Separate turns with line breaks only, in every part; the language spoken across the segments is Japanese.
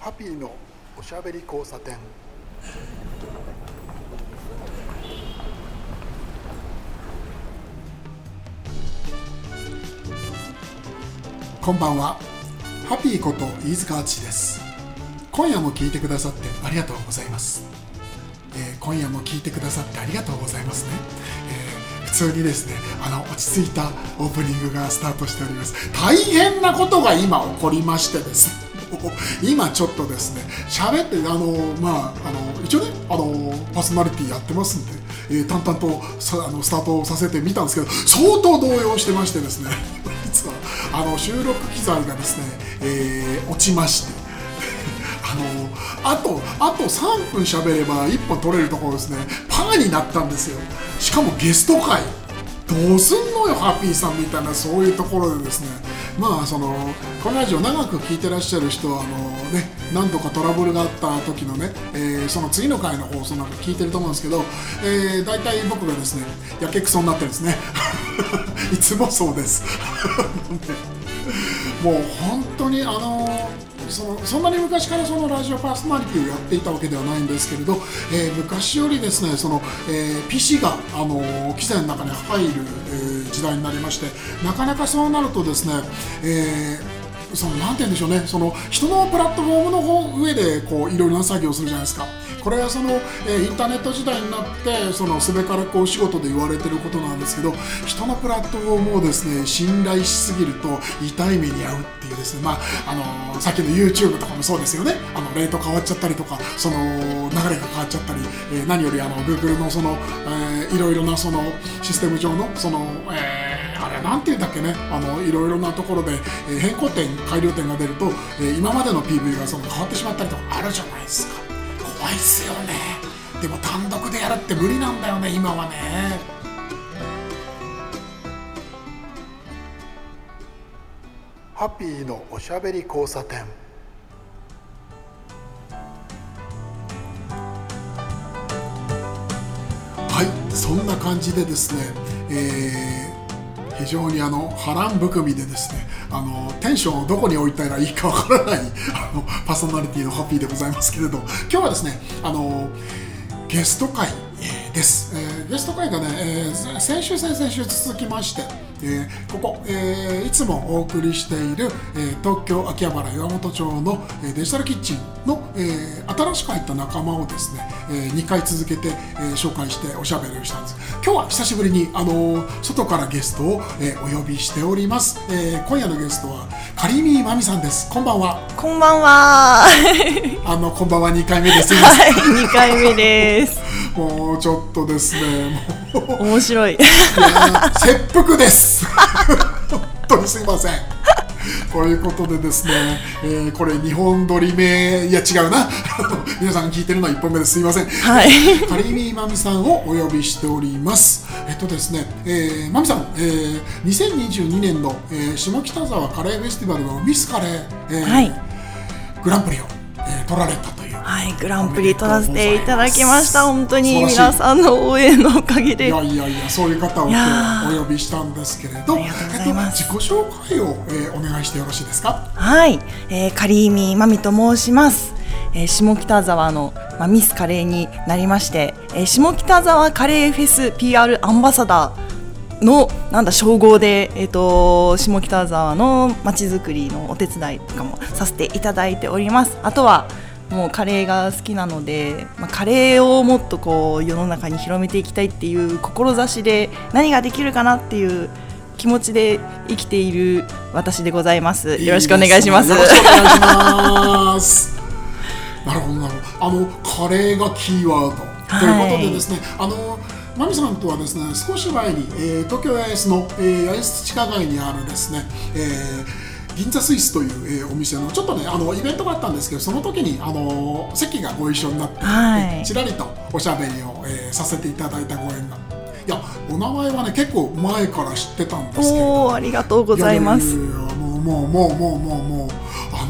ハピーのおしゃべり交差点。こんばんは。ハピーこと飯塚敦です。今夜も聞いてくださってありがとうございます。今夜も聞いてくださってありがとうございますね。普通にですね、落ち着いたオープニングがスタートしております。大変なことが今起こりましてですね、今ちょっとですね喋って一応ねパーソナリティやってますんで、淡々とスタートさせてみたんですけど、相当動揺してましてですね実は収録機材がですね、落ちましてあと3分喋れば1本取れるところですね、パーになったんですよ。しかもゲスト会どうすんのよハッピーさんみたいな、そういうところでですね、このラジオ長く聞いてらっしゃる人は何度かトラブルがあった時のね、その次の回の放送なんか聞いてると思うんですけど、大体僕がですねやけくそになってるんですねいつもそうですもう本当にそんなに昔からそのラジオパーソナリティをやっていたわけではないんですけれど、昔よりですねPC が機材の中に入る、時代になりまして、なかなかそうなるとですね、なんて言うんでしょうね、人のプラットフォームの上でいろいろな作業をするじゃないですか。これはインターネット時代になってすべからくお仕事で言われてることなんですけど、人のプラットフォームをですね信頼しすぎると痛い目に遭うっていうですね、さっきの YouTube とかもそうですよね。レート変わっちゃったりとか、流れが変わっちゃったり、何よりGoogle のいろいろなシステム上のあれなんていうんだっけね、いろいろなところで、変更点改良点が出ると、今までの PV が変わってしまったりとかあるじゃないですか。怖いっすよね。でも単独でやるって無理なんだよね今はね。ハッピーのおしゃべり交差点。はい、そんな感じでですね、非常に波乱含みでですね、テンションをどこに置いたらいいかわからないパーソナリティのハッピーでございますけれど、今日はですねゲスト会、です、ゲスト会がね、先週続きまして、ここ、いつもお送りしている、東京秋葉原岩本町の、デジタルキッチンの、新しく入った仲間をですね、2回続けて、紹介しておしゃべりをしたんです。今日は久しぶりに外からゲストを、お呼びしております。今夜のゲストはカリミーマミさんです。こんばんは。
こんばんは
こんばんは2回目です。はい、
2回目です
もうちょっとですね
面白い
切腹です本当にすいませんということでですね、これ2本撮り目、いや違うな皆さん聞いてるのは1本目です。すいません、
はい、
カリミーマミさんをお呼びしております。ですね、マミさん、2022年の、下北沢カレーフェスティバルのミスカレー、
はい、
グランプリを、取られたという。
はい、グランプリ取らせていただきました。本当に皆さんの応援のおかげで。
いやそういう方を今日お呼びしたんですけれど、
ありがとうございます。
自己紹介を、お願いしてよろしいですか。
はい、カリーミーマミと申します。下北沢の、ミスカレーになりまして、下北沢カレーフェス PR アンバサダーの称号で、下北沢の街づくりのお手伝いとかもさせていただいております。あとはもうカレーが好きなので、カレーをもっと世の中に広めていきたいっていう志で、何ができるかなっていう気持ちで生きている私でございます。よろしくお願いします。
よろしくお願いしますなるほどカレーがキーワード、ということでですね、マミさんとはですね少し前に、東京八重洲の、八重洲地下街にあるですね、銀座スイスという、お店のちょっとねイベントがあったんですけど、その時に席がご一緒になって、
はい、
ちらりとおしゃべりを、させていただいたご縁が、いやお名前はね結構前から知ってたんですけど、
ありがとうございます。
もう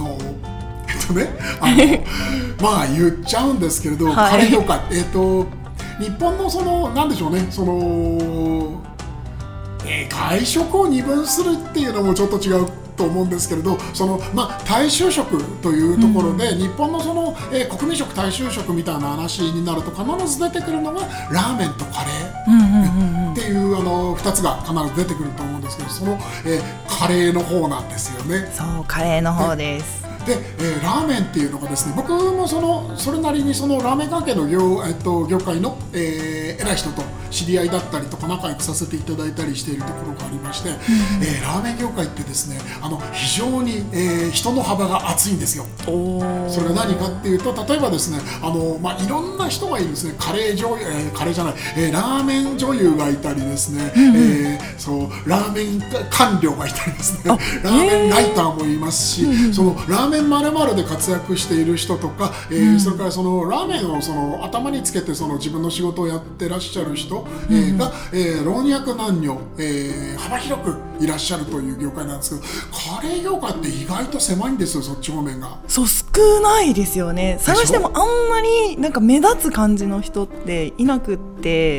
言っちゃうんですけれど、
はい、
カレー業界、日本のなんでしょうね、外食を二分するっていうのもちょっと違うとと思うんですけれど、大衆食というところで、日本の国民食大衆食みたいな話になると必ず出てくるのがラーメンとカレーっていう2つが必ず出てくると思うんですけど、その、カレーの方なんですよね。
そう、カレーの方です。
で、ラーメンっていうのがですね、僕もそれなりにラーメン関係の業界の、偉い人と知り合いだったりとか仲良くさせていただいたりしているところがありまして、ラーメン業界ってですね、非常に、人の幅が厚いんですよ。それが何かっていうと、例えばですね、いろんな人がいるんですね。カレーじゃない、ラーメン女優がいたりですね、ラーメン官僚がいたりですね、ラーメンライターもいますし、ラーメン〇〇で活躍している人とか、それからラーメンを頭につけて自分の仕事をやってらっしゃる人、が、老若男女、幅広くいらっしゃるという業界なんですけど、カレー業界って意外と狭いんですよ、そっち方面が。
そう、少ないですよね。探してもあんまりなんか目立つ感じの人っていなくって、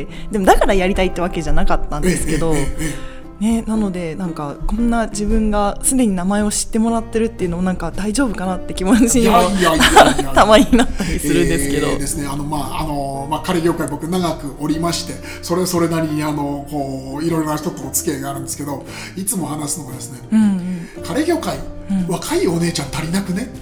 でもだからやりたいってわけじゃなかったんですけど、なのでなんかこんな自分がすでに名前を知ってもらってるっていうのもなんか大丈夫かなって気持ちにもたまになったりするんですけど、
ですね、カレー業界僕長くおりまして、それなりにいろいろな人とお付き合いがあるんですけど、いつも話すのがですね、カレー業界、若いお姉ちゃん足りなくね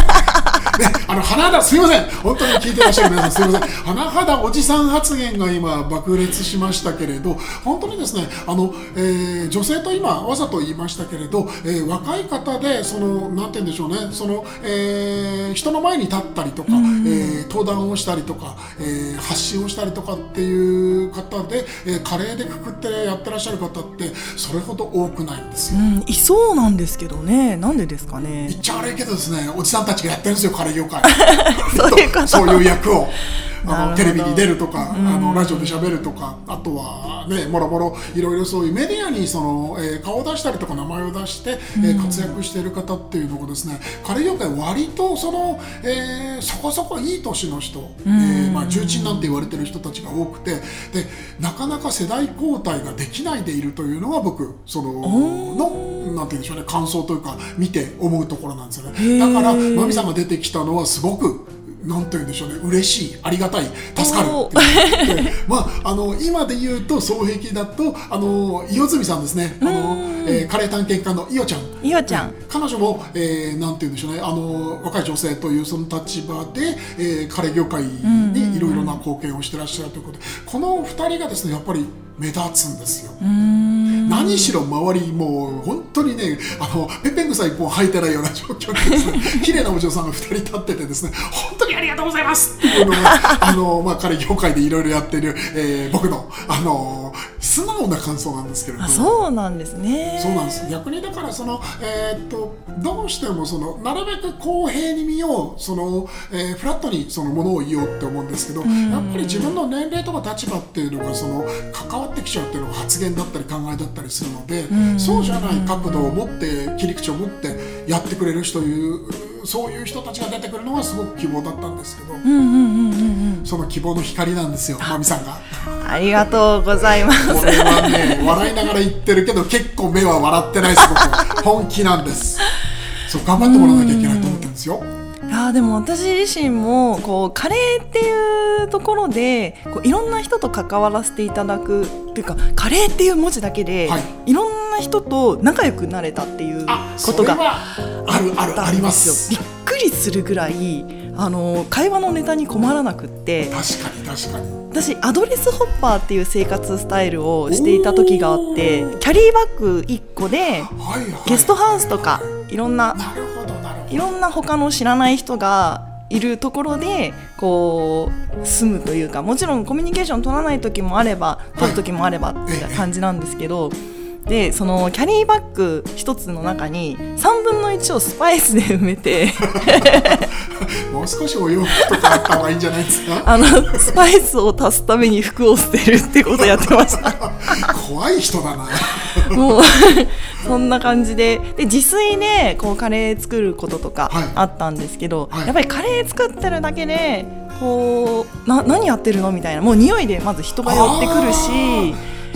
すいません、本当に聞いてらっしゃる皆さんすいません、甚だおじさん発言が今爆裂しましたけれど、本当にですね、女性と今わざと言いましたけれど、若い方でなんて言うんでしょうね、人の前に立ったりとか、登壇をしたりとか、発信をしたりとかっていう方で、カレーでくくってやってらっしゃる方ってそれほど多くないんですよ。
いそうなんですけどね、なんでですかね。
言っちゃ悪いけどですね、おじさんたちがやってるんですよ、カレー業界
そう
いう役をテレビに出るとか、ラジオで喋るとか、あとはね、もろもろいろいろそういうメディアに顔を出したりとか名前を出して、活躍している方っていうのがですね、カレー業界割とそこそこいい年の人、重鎮なんて言われてる人たちが多くて、でなかなか世代交代ができないでいるというのが僕なんて言うんでしょうね、感想というか見て思うところなんですよね。だからマミさんが出てきたのはすごくなんて言うんでしょうね、嬉しい、ありがたい、助かるっていう今で言うと双璧だと伊予住さんですね、カレー探検家の伊予ちゃん、彼女も、なんて言うんでしょうね、若い女性というその立場で、カレー業界にいろいろな貢献をしてらっしゃるということで、この2人がですねやっぱり目立つんですよ。何しろ周りもう本当にね、ペッペン草一本生えてないような状況でですね綺麗なお嬢さんが2人立っててですね、本当にありがとうございますっていうのがカレー業界でいろいろやってる、僕の素直な感想なんですけれども。
そうなんですね。
そうなんです。逆にだからどうしてもなるべく公平に見よう、フラットにものを言おうって思うんですけど、やっぱり自分の年齢とか立場っていうのが関わってきちゃうっていうのが発言だったり考えだったりするので、そうじゃない角度を持って切り口を持ってやってくれる人そういう人たちが出てくるのはすごく希望だったんですけど、その希望の光なんですよ、まみさんが。
ありがとうございます。
これはね、笑いながら言ってるけど結構目は笑ってないです。僕本気なんです。そう、頑張ってもらわなきゃいけないと思ってるんですよ。
でも私自身もカレーっていうところでいろんな人と関わらせていただくというか、カレーっていう文字だけで、いろんな人と仲良くなれたっていうことが
あります。
びっくりするぐらい会話のネタに困らなくって、
確かに
私アドレスホッパーっていう生活スタイルをしていた時があって、キャリーバッグ1個でゲストハウスとかいろんな他の知らない人がいるところで住むというか、もちろんコミュニケーション取らない時もあれば取る時もあればって感じなんですけど、でそのキャリーバッグ一つの中に3分の1をスパイスで埋めて
もう少しお洋服とかあった方がいいんじゃないですか。
スパイスを足すために服を捨てるってことをやってました
怖い人だな
もうそんな感じで自炊でカレー作ることとかあったんですけど、やっぱりカレー作ってるだけで何やってるのみたいな、もう匂いでまず人が寄ってくるし、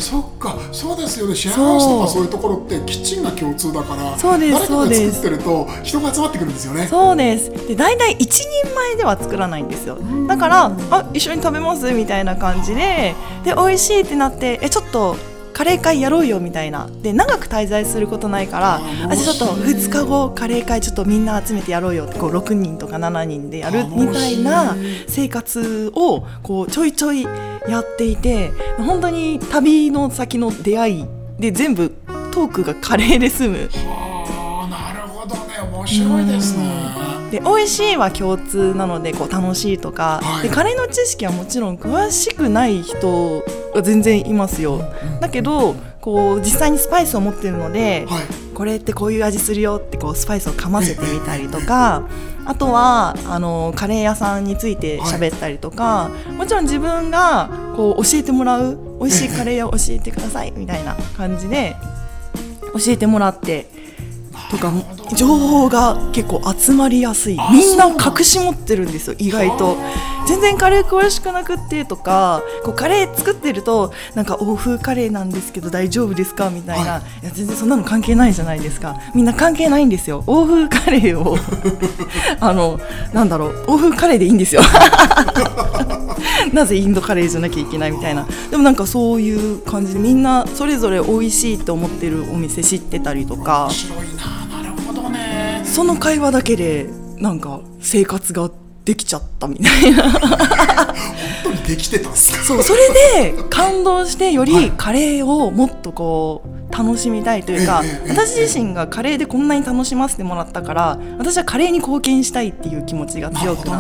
そっか、そうですよね。シェアハウスとかそういうところってキッチンが共通だから、
そうです、
誰かが作ってると人が集まってくるんですよね。
そうです。で、だいたい1人前では作らないんですよ。だから一緒に食べますみたいな感じで、美味しいってなって、ちょっとカレー会やろうよみたいな。で、長く滞在することないから、じゃあちょっと2日後カレー会ちょっとみんな集めてやろうよって、こう6人とか7人でやるみたいな生活をこうちょいちょいやっていて、本当に旅の先の出会いで全部トークがカレーで済む。
はあ、なるほどね。面白いですね。
で、美味しいは共通なので、こう楽しいとか、でカレーの知識はもちろん詳しくない人が全然いますよ。だけどこう実際にスパイスを持ってるので、これってこういう味するよってこうスパイスをかませてみたりとか、あとはカレー屋さんについて喋ったりとか、もちろん自分がこう教えてもらう、美味しいカレーを教えてくださいみたいな感じで教えてもらってとか、情報が結構集まりやすい。みんな隠し持ってるんですよ、意外と。全然カレー詳しくなくってとか、こうカレー作ってるとなんか欧風カレーなんですけど大丈夫ですかみたいな、いや全然そんなの関係ないじゃないですか。みんな関係ないんですよ。欧風カレーをなんだろう、欧風カレーでいいんですよなぜインドカレーじゃなきゃいけないみたいな。でもなんかそういう感じでみんなそれぞれ美味しいと思ってるお店知ってたりとか。
面白いな。なるほどね。
その会話だけでなんか生活ができちゃったみたいな
本当にできてたんですか。
そう、それで感動してよりカレーをもっとこう楽しみたいというか、私自身がカレーでこんなに楽しませてもらったから、私はカレーに貢献したいっていう気持ちが強くなって。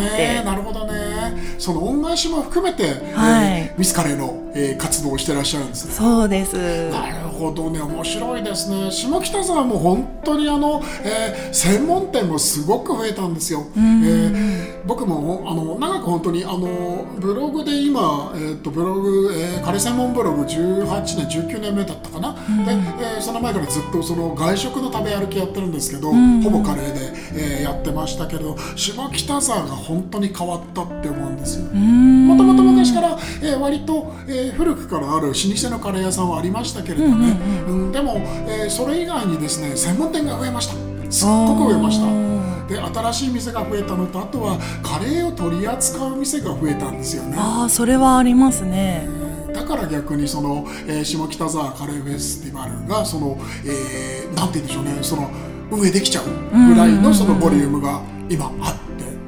なるほどね。その恩返しも含めて、ミスカレーの、活動をしてらっしゃるんですね。
そうです。
なるほどね。面白いですね。下北沢も本当に専門店もすごく増えたんですよ。僕も長く本当にブログで今、ブログ、カレー専門ブログ18年19年目だったかな。で、その前からずっとその外食の食べ歩きやってるんですけど、ほぼカレーで、やってましたけど、下北沢が本当に変わったって思うんですよ。もともと昔から、割と、古くからある老舗のカレー屋さんはありましたけれどね、でも、それ以外にですね、専門店が増えました。すっごく増えました。で、新しい店が増えたのと、あとはカレーを取り扱う店が増えたんですよね。
それはありますね。
だから逆にその、下北沢カレーフェスティバルがその、なんて言うんでしょうね、その運営できちゃうぐらいのそのボリュームが今あって、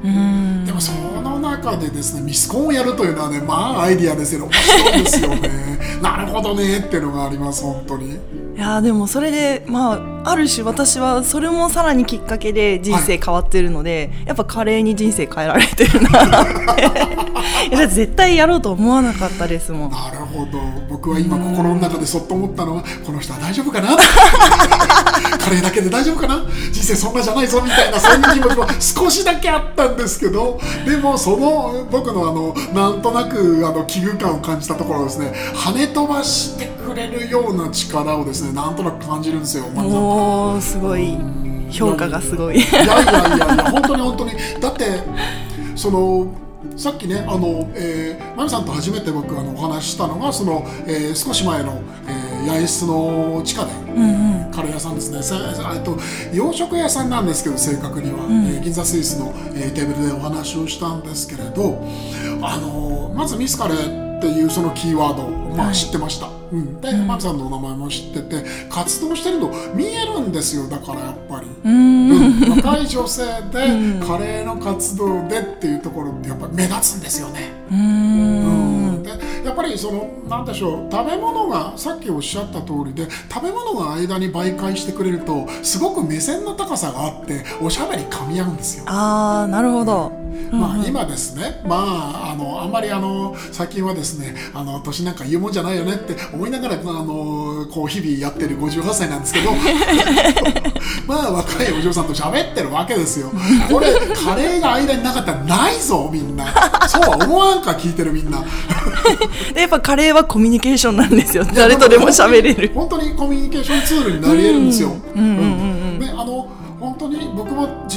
でもその中でですね、ミスコンをやるというのはね、まあアイディアですよ。面白いですよねなるほどねっていうのがあります、本当に。
いやでもそれで、ある種私はそれもさらにきっかけで人生変わってるので、やっぱカレーに人生変えられてるなってだって絶対やろうと思わなかったですもん。
なるほど。僕は今心の中でそっと思ったのは、この人は大丈夫かなカレーだけで大丈夫かな、人生そんなじゃないぞみたいな、そういう気持ちも少しだけあったんですけど、でもその僕のなんとなく危惧感を感じたところをですね、跳ね飛ばしてくれるような力をですね、なんとなく感じるんですよ。
おー、すごい。評価がすごい。い
や本当に本当に。だってそのさっきね、まみさんと初めて僕お話ししたのがその、少し前の、八重洲の地下で、カレー屋さんですね。洋食屋さんなんですけど、正確には、銀座スイスの、テーブルでお話をしたんですけれど、まずミスカレーっていうそのキーワードを、知ってました。で、まみさんのお名前も知ってて、活動してるの見えるんですよ。だからやっぱり、若い女性でカレーの活動でっていうところってやっぱり目立つんですよね。でやっぱりそのなんでしょう、食べ物がさっきおっしゃった通りで、食べ物が間に媒介してくれるとすごく目線の高さがあっておしゃべり噛み合うんですよ。
なるほど。
今ですね、あんまり最近はですね、年なんか言うもんじゃないよねって思いながらこう日々やってる58歳なんですけど若いお嬢さんと喋ってるわけですよ。これカレーが間になかったらないぞみんな。そうは思わんか、聞いてるみんな
でやっぱカレーはコミュニケーションなんですよ。誰とでも喋れる。
本当にコミュニケーションツールになり得るんですよ。本当に僕も実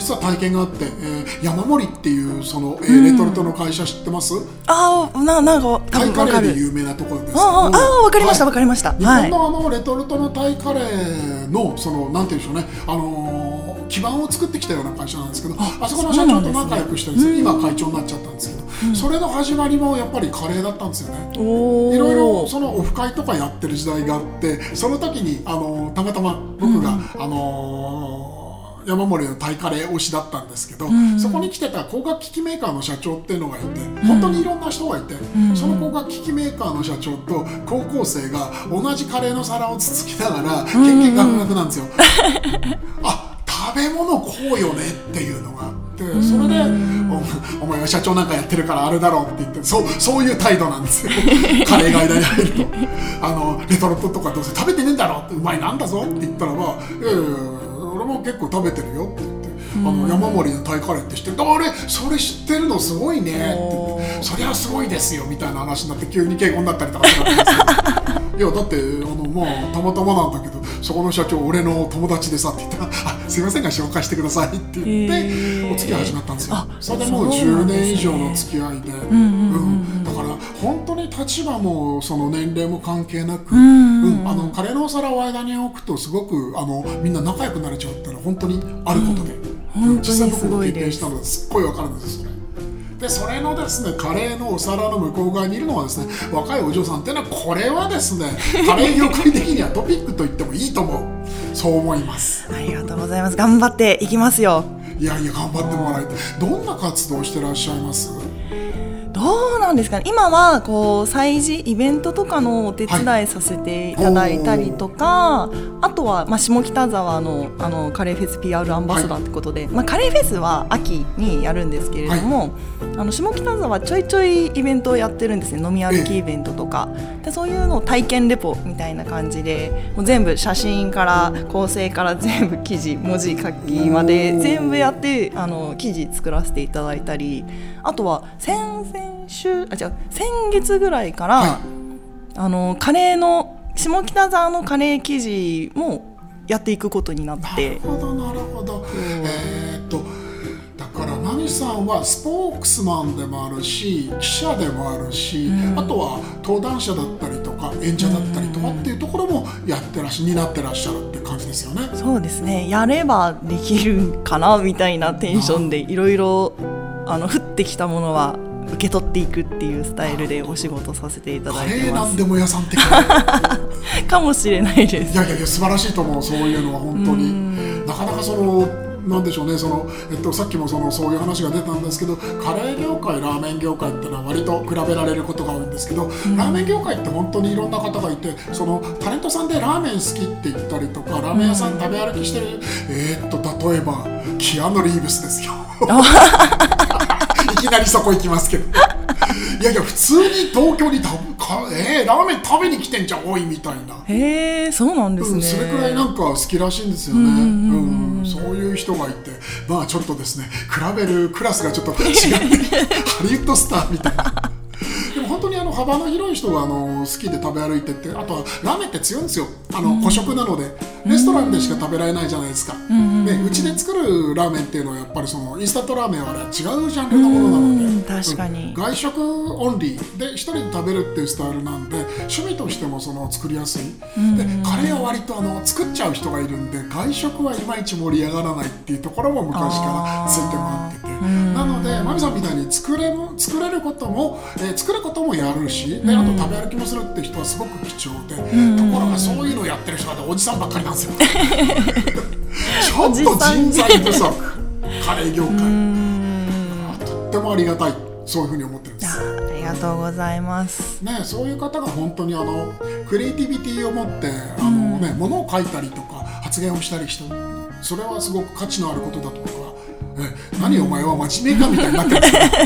実は体験があって、山盛りっていうその、レトルトの会社知ってます？
なんか
タイカレーで有名なところですけど、
わかりました、わかりました。
日本のレトルトのタイカレーのそのなんていうんでしょうね、基盤を作ってきたような会社なんですけど、あそこの社長と仲良くしてるんです。今会長になっちゃったんですけど、それの始まりもやっぱりカレーだったんですよね。いろいろそのオフ会とかやってる時代があって、その時にたまたま僕が、山盛りのタイカレー推しだったんですけど、そこに来てた光学機器メーカーの社長っていうのがいて、本当にいろんな人がいて、その光学機器メーカーの社長と高校生が同じカレーの皿をつつきながらけんけんがくがくなんですよ。食べ物こうよねっていうのがあって、それでお前は社長なんかやってるからあれだろうって言って、そういう態度なんですよ。カレーが間に入るとレトルトとかどうせ食べてねえんだろって、うまいなんだぞって言ったらば、俺も結構食べてるよって言って、山盛りのタイカレーって知ってる？あれそれ知ってるのすごいねって言って、そりゃすごいですよみたいな話になって急に敬語になったりとかするんですよ。いやだってたまたまなんだけど、そこの社長俺の友達でさって言ったら、すいませんが紹介してくださいって言ってお付き合い始まったんですよ。それでもう10年以上の付き合いで、だから本当に立場もその年齢も関係なく、カレーのお皿を間に置くとすごくみんな仲良くなれちゃうっていうのは本当にあることで、実際僕も経験したのですっごい分かるんですそれで。それのですね、カレーのお皿の向こう側にいるのはですね、若いお嬢さんっていうのは、これはですね、カレー業界的にはトピックと言ってもいいと思う。そう思います。
ありがとうございます。頑張っていきますよ。
いや頑張ってもらえて。どんな活動してらっしゃいます？
どうなんですかね。今は催事イベントとかのお手伝いさせていただいたりとか、あとは下北沢のカレーフェス PR アンバサダーってことで、カレーフェスは秋にやるんですけれども、下北沢ちょいちょいイベントをやってるんですね。飲み歩きイベントとかで、そういうのを体験レポみたいな感じで、もう全部写真から構成から全部記事文字書きまで全部やって記事作らせていただいたり、あとは先月ぐらいから、カレーの下北沢のカレー記事もやっていくことになって。
なるほど。だからナミさんはスポークスマンでもあるし、記者でもあるし、あとは登壇者だったりとか演者だったりとかっていうところも担ってらっしゃるって感じですよね。
そうですね。やればできるかなみたいなテンションでいろいろ降ってきたものは受け取っていくっていうスタイルでお仕事させていただいてます。
カレーなんでも屋さん的
かもしれないです。
いや素晴らしいと思う。そういうのは本当になかなかなんでしょうね、さっきもそういう話が出たんですけど、カレー業界ラーメン業界っていうのは割と比べられることが多いんですけど、ラーメン業界って本当にいろんな方がいて、タレントさんでラーメン好きって言ったりとか、ラーメン屋さん食べ歩きしてる、例えばキアヌ・リーブスですよ。いきなりそこ行きますけどいや普通に東京にラーメン食べに来てんじゃんおいみたいな。
そうなんですね。
それくらいなんか好きらしいんですよね。そういう人がいて、ちょっとですね、比べるクラスがちょっと違ってハリウッドスターみたいな。でも本当に幅の広い人が好きで食べ歩いてて、あとはラーメンって強いんですよ。個食なのでレストランでしか食べられないじゃないですか。うちで作るラーメンっていうのはやっぱりインスタントラーメンはあれは違うジャンルのものなので、
確かに
外食オンリーで一人で食べるっていうスタイルなんで、趣味としても作りやすい。でカレーは割と作っちゃう人がいるんで、外食はいまいち盛り上がらないっていうところも昔からついて回ってて、なのでマミさんみたいに作れることも、作ることもやるし、であと食べ歩きもするって人はすごく貴重で、ところがそういうのをやってる人はおじさんばっかりなんですよ。ちょっと人材不足、カレー業界とってもありがたい、そういうふうに思ってるんです。
ありがとうございます
ね。そういう方が本当にクリエイティビティを持って物を書いたりとか発言をしたりして、それはすごく価値のあることだと僕は。何お前は真面目かみたいになってるん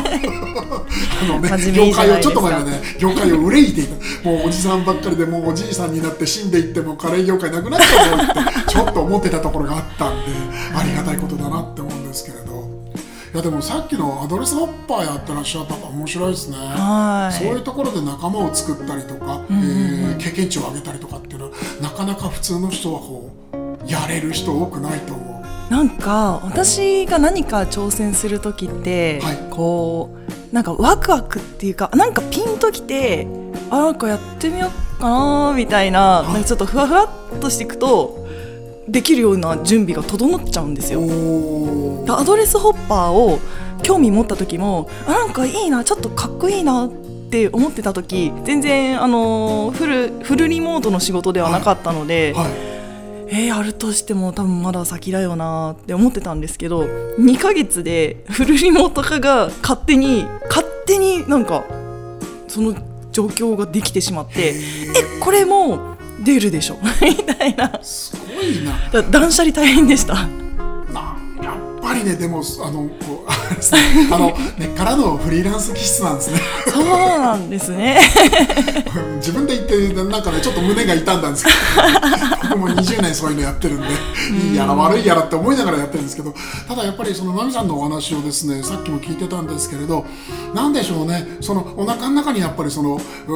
ですよ。業界をちょっと前まで業界を憂いていた。もうおじさんばっかりで、もうおじいさんになって死んでいってもカレー業界なくなっちゃうよってちょっと思ってたところがあったんで、ありがたいことだなって思うんですけれど。いやでもさっきのアドレスホッパーやってらっしゃったの面白いですね。そういうところで仲間を作ったりとか、経験値を上げたりとかっていうのはなかなか普通の人はやれる人多くないと思う。
なんか私が何か挑戦する時って、
はい、
こうなんかワクワクっていうか、なんかピンときて、なんかやってみようかなみたいな、なんかちょっとふわふわっとしていくとできるような準備が整っちゃうんですよ。アドレスホッパーを興味持った時も、なんかいいな、ちょっとかっこいいなって思ってた時、全然フルリモートの仕事ではなかったので、
はいはい、
やるとしても多分まだ先だよなって思ってたんですけど、2ヶ月でフルリモート化が勝手になんかその状況ができてしまって、これも出るでしょみたいな。
すごいな。
断捨離大変でした。
やっぱりね、でも根っからのフリーランス気質なんですね。
そうなんですね。
自分で言ってなんかね、ちょっと胸が痛んだんですけど僕も20年そういうのやってるんで、いいやら悪いやらって思いながらやってるんですけど、ただやっぱりそのナミさんのお話をですね、さっきも聞いてたんですけれど、なんでしょうね、そのお腹の中にやっぱりその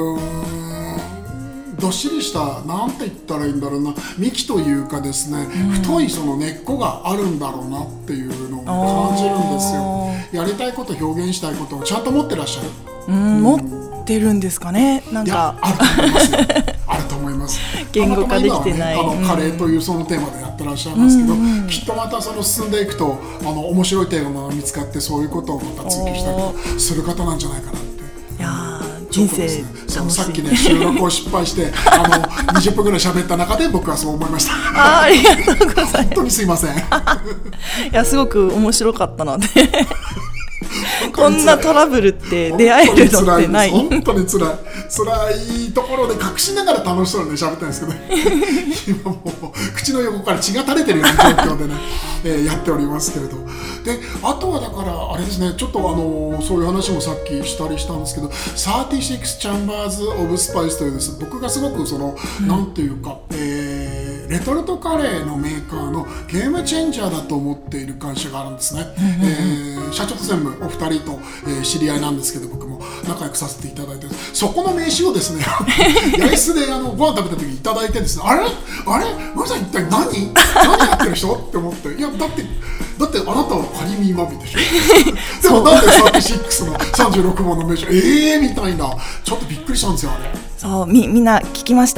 どっしりしたなんて言ったらいいんだろうな、幹というかですね、太いその根っこがあるんだろうなっていうのを感じるんですよ。やりたいこと、表現したいことをちゃんと持ってらっしゃる。
持ってるんんですかね。なんか
あると思いますよ。あると思います。
言語化できてない。
カレーというそのテーマでやってらっしゃいますけど、きっとまたその進んでいくと面白いテーマが見つかって、そういうことをまた追求したりする方なんじゃないかなって。
いや人生楽しい。
さっきね、収録を失敗して20分ぐらい喋った中で僕はそう思いました。
ありがとうございます。
本当にすいません。い
や、すごく面白かったのでこんなトラブルって出会えるのってない。
本当に辛いところで隠しながら楽しそうにね喋ってるんですけど、今もう口の横から血が垂れてるような状況でね、やっておりますけれど、であとはだからあれですね、ちょっとそういう話もさっきしたりしたんですけど、36 Chambers of Spice というです、僕がすごくその、なんていうか、レトルトカレーのメーカーのゲームチェンジャーだと思っている会社があるんですね。社長と専務お二人と、知り合いなんですけど、僕も仲良くさせていただいて、そこの名刺をですね八重洲でご飯食べた時にいただいてですね、あれマさん一体何やってる人って思って、いやだってあなたはカリミーマミでしょでもなんで36の36号の名刺みたいな、ちょっとびっくりしたんですよあれ。
そう、みんな聞きました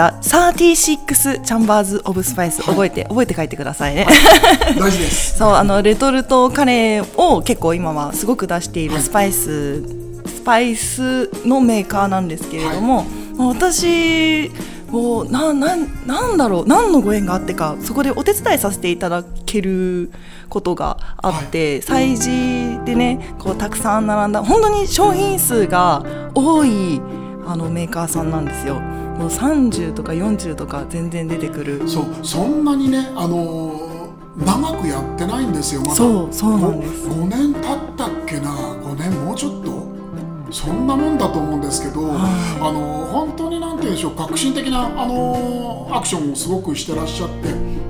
。36 Chambers of Spice、覚えて帰ってくださいね、
はい、大事です。
そうレトルトカレーを結構今はすごく出しているスパイスのメーカーなんですけれども、私もうなんだろう、何のご縁があってか、そこでお手伝いさせていただけることがあって、催事でね、こうたくさん並んだ、本当に商品数が多いメーカーさんなんですよ。もう30とか40とか全然出てくる。
そんなにね、長くやってないんですよ、まだ。そう
なんです。
5年経ったっけな、5年もうちょっとそんなもんだと思うんですけど、本当になんていうんでしょう、革新的なアクションをすごくしてらっしゃって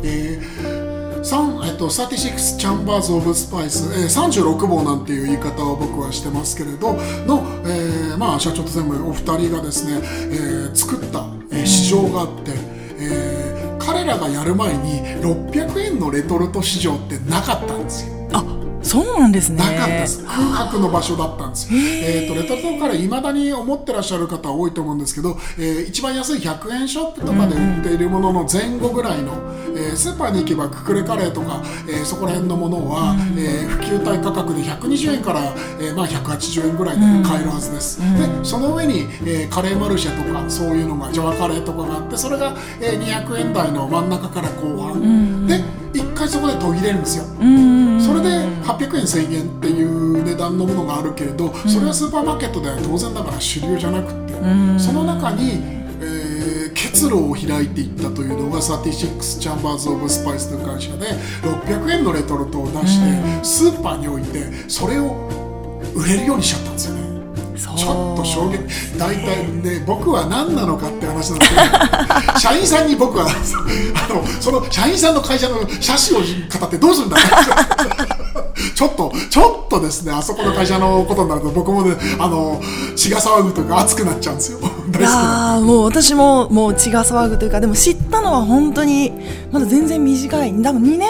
、36 Chambers of Spice、36号なんていう言い方を僕はしてますけれどの、社長と専務お二人がですね、作った、市場があって、彼らがやる前に600円のレトルト市場ってなかったんですよ。
そうなんですね。
なかったです。空白の場所だったんですよ。レトルトカレー未だに思ってらっしゃる方多いと思うんですけど、一番安い100円ショップとかで売っているものの前後ぐらいの、スーパーに行けばククレカレーとか、そこら辺のものは、普及帯価格で120円から、180円ぐらいで買えるはずです。でその上に、カレーマルシェとかそういうのがジャワカレーとかがあって、それが、200円台の真ん中から後半、で一回そこで途切れるんですよ。それで800円1000円っていう値段のものがあるけれど、それはスーパーマーケットでは当然だから主流じゃなくて、その中に、結露を開いていったというのが36 Chambers of Spice という会社で、600円のレトルトを出してスーパーに置いて、それを売れるようにしちゃったんですよね。ちょっと衝撃。大体ね、僕は何なのかって話なんですけど社員さんに僕はその社員さんの会社の社史を語ってどうするんだちょっとですね、あそこの会社のことになると僕もね、血が騒ぐというか熱くなっちゃうんですよ。
いやもう私ももう血が騒ぐというか、でも知ったのは本当にまだ全然短い、多分2年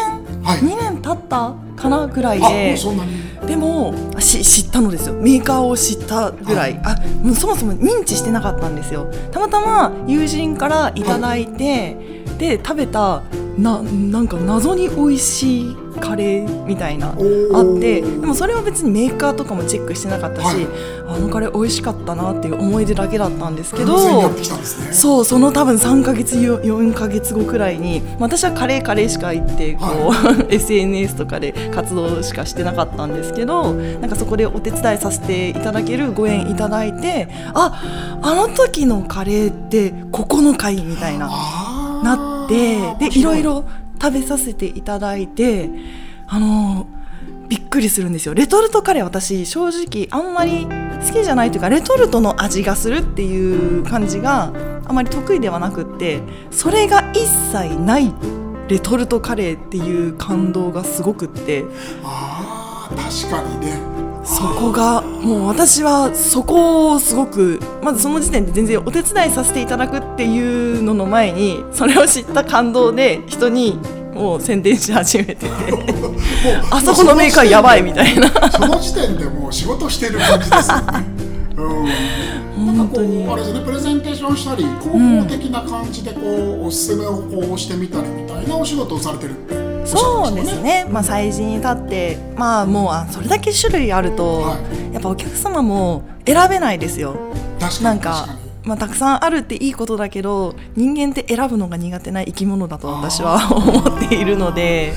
はい
2年経ったかなぐらい
も
で
うそんなに
でも知ったのですよ。メーカーを知ったぐらい、もうそもそも認知してなかったんですよ。たまたま友人からいただいて、で食べたなんか謎に美味しいカレーみたいなあってでもそれは別にメーカーとかもチェックしてなかったし、あのカレー美味しかったなっていう思い出だけだったんですけど、そうその多分3ヶ月4ヶ月後くらいに私はカレーしか言ってこう、SNS とかで活動しかしてなかったんですけど、なんかそこでお手伝いさせていただけるご縁いただいて、あの時のカレーってここの回みたいななってでいろいろ食べさせていただいてびっくりするんですよ。レトルトカレー私正直あんまり好きじゃないというかレトルトの味がするっていう感じがあまり得意ではなくってそれが一切ないレトルトカレーっていう感動がすごくって
確かにね
そこがもう私はそこをすごくまずその時点で全然お手伝いさせていただくっていうのの前にそれを知った感動で人にもう宣伝し始めててあそこのメーカーやばいみたいな
その時点でもう仕事してる感じですよね
本当に
あれですね、プレゼンテーションしたり広報的な感じでこう、おすすめをこうしてみたりみたいなお仕事をされてる
そうですね、催事に立って、もうそれだけ種類あると、やっぱお客様も選べないですよ。なんかたくさんあるっていいことだけど人間って選ぶのが苦手な生き物だと私は思っているので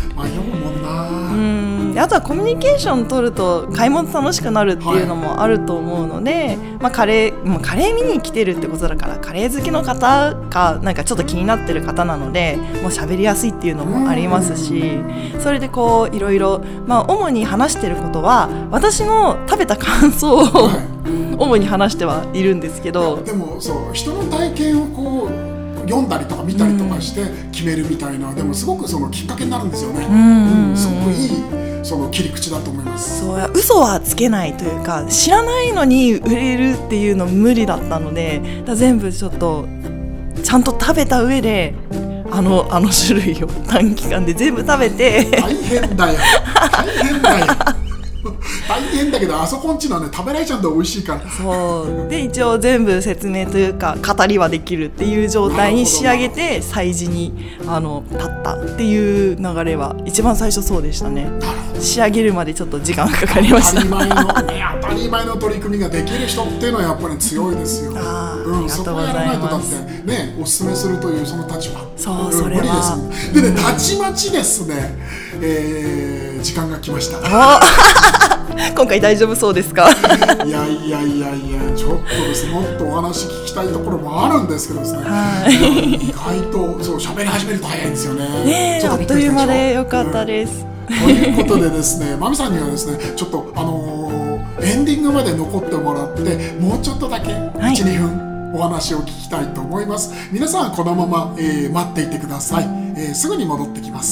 あとはコミュニケーション取ると買い物楽しくなるっていうのもあると思うので、カレー見に来てるってことだからカレー好きの方かなんかちょっと気になってる方なのでもう喋りやすいっていうのもありますしそれでこういろいろ主に話してることは私の食べた感想を主に話してはいるんですけど
でもそう人の体験をこう読んだりとか見たりとかして決めるみたいなでもすごくそのきっかけになるんですよねすごくいいその切り口だと思います。
そう嘘はつけないというか知らないのに売れるっていうの無理だったので全部ちょっとちゃんと食べた上であの種類を短期間で全部食べて
大変だよ大変だけどあそこんちのはね食べられちゃうんだ美味しいから
そうで一応全部説明というか語りはできるっていう状態に仕上げて催事に立ったっていう流れは一番最初そうでしたね。仕上げるまでちょっと時間かかりました。
当たり前の取り組みができる人っていうのはやっぱり強いですよ。
ありがとうございます。そこやらないとだってねおすすめするというその立場そうそれは
無理ですでねたちまちですね、時間が来ました
今回大丈夫そうですか
いやちょっとですねもっとお話聞きたいところもあるんですけどですね、意外とそう喋り始めると早いんですよね。
あっという間でよかったです、
ということでですねまみさんにはですねちょっとエンディングまで残ってもらってもうちょっとだけ 1,2 分お話を聞きたいと思います。皆さんこのまま、待っていてください、すぐに戻ってきます。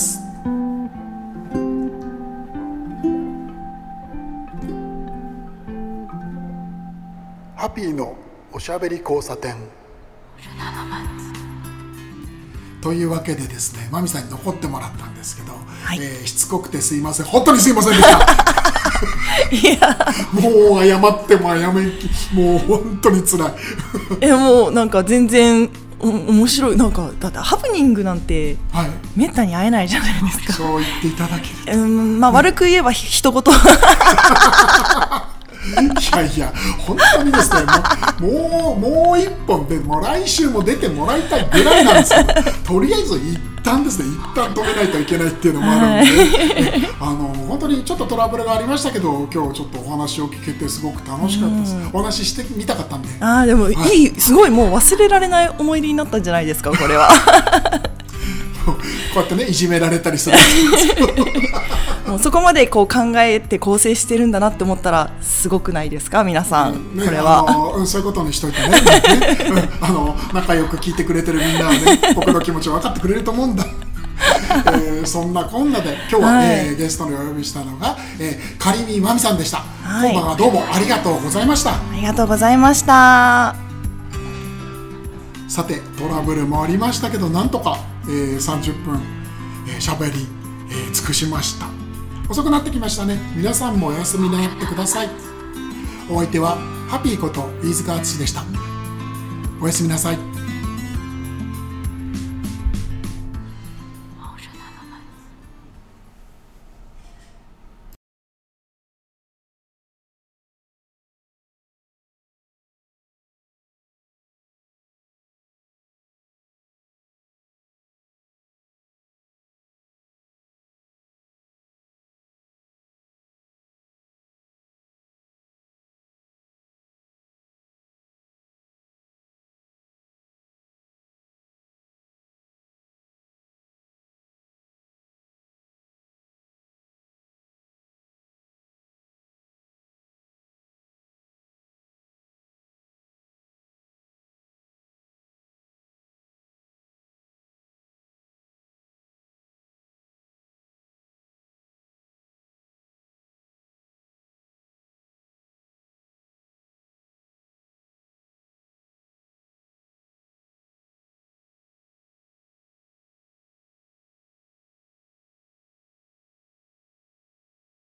ハピーのおしゃべり交差点というわけでですねまみさんに残ってもらったんですけど、しつこくてすいません本当にすいませんでしたもう謝ってももう本当につらい
もうなんか全然面白いなんかだってハプニングなんてめったに会えないじゃないですか。
そう言っていただける、
悪く言えば一言
いや本当にですねもう一本でもう来週も出てもらいたいぐらいなんですけどとりあえず一旦止めないといけないっていうのもあるので、本当にちょっとトラブルがありましたけど今日ちょっとお話を聞けてすごく楽しかったです。お話ししてみたかったんで
でもすごいもう忘れられない思い出になったんじゃないですかこれは
こうやってねいじめられたりする
もうそこまでこう考えて構成してるんだなって思ったらすごくないですか皆さん、これは
そういうことにしといてね仲良く聞いてくれてるみんなはね僕の気持ち分かってくれると思うんだそんなこんなで今日は、ゲストにお呼びしたのが、カリミマミさんでした、今晩はどうもありがとうございました。
ありがとうございました。
さてトラブルもありましたけどなんとか、30分喋り、 尽くしました。遅くなってきましたね。皆さんもお休みになってください。お相手はハッピーこと飯塚敦でした。おやすみなさい。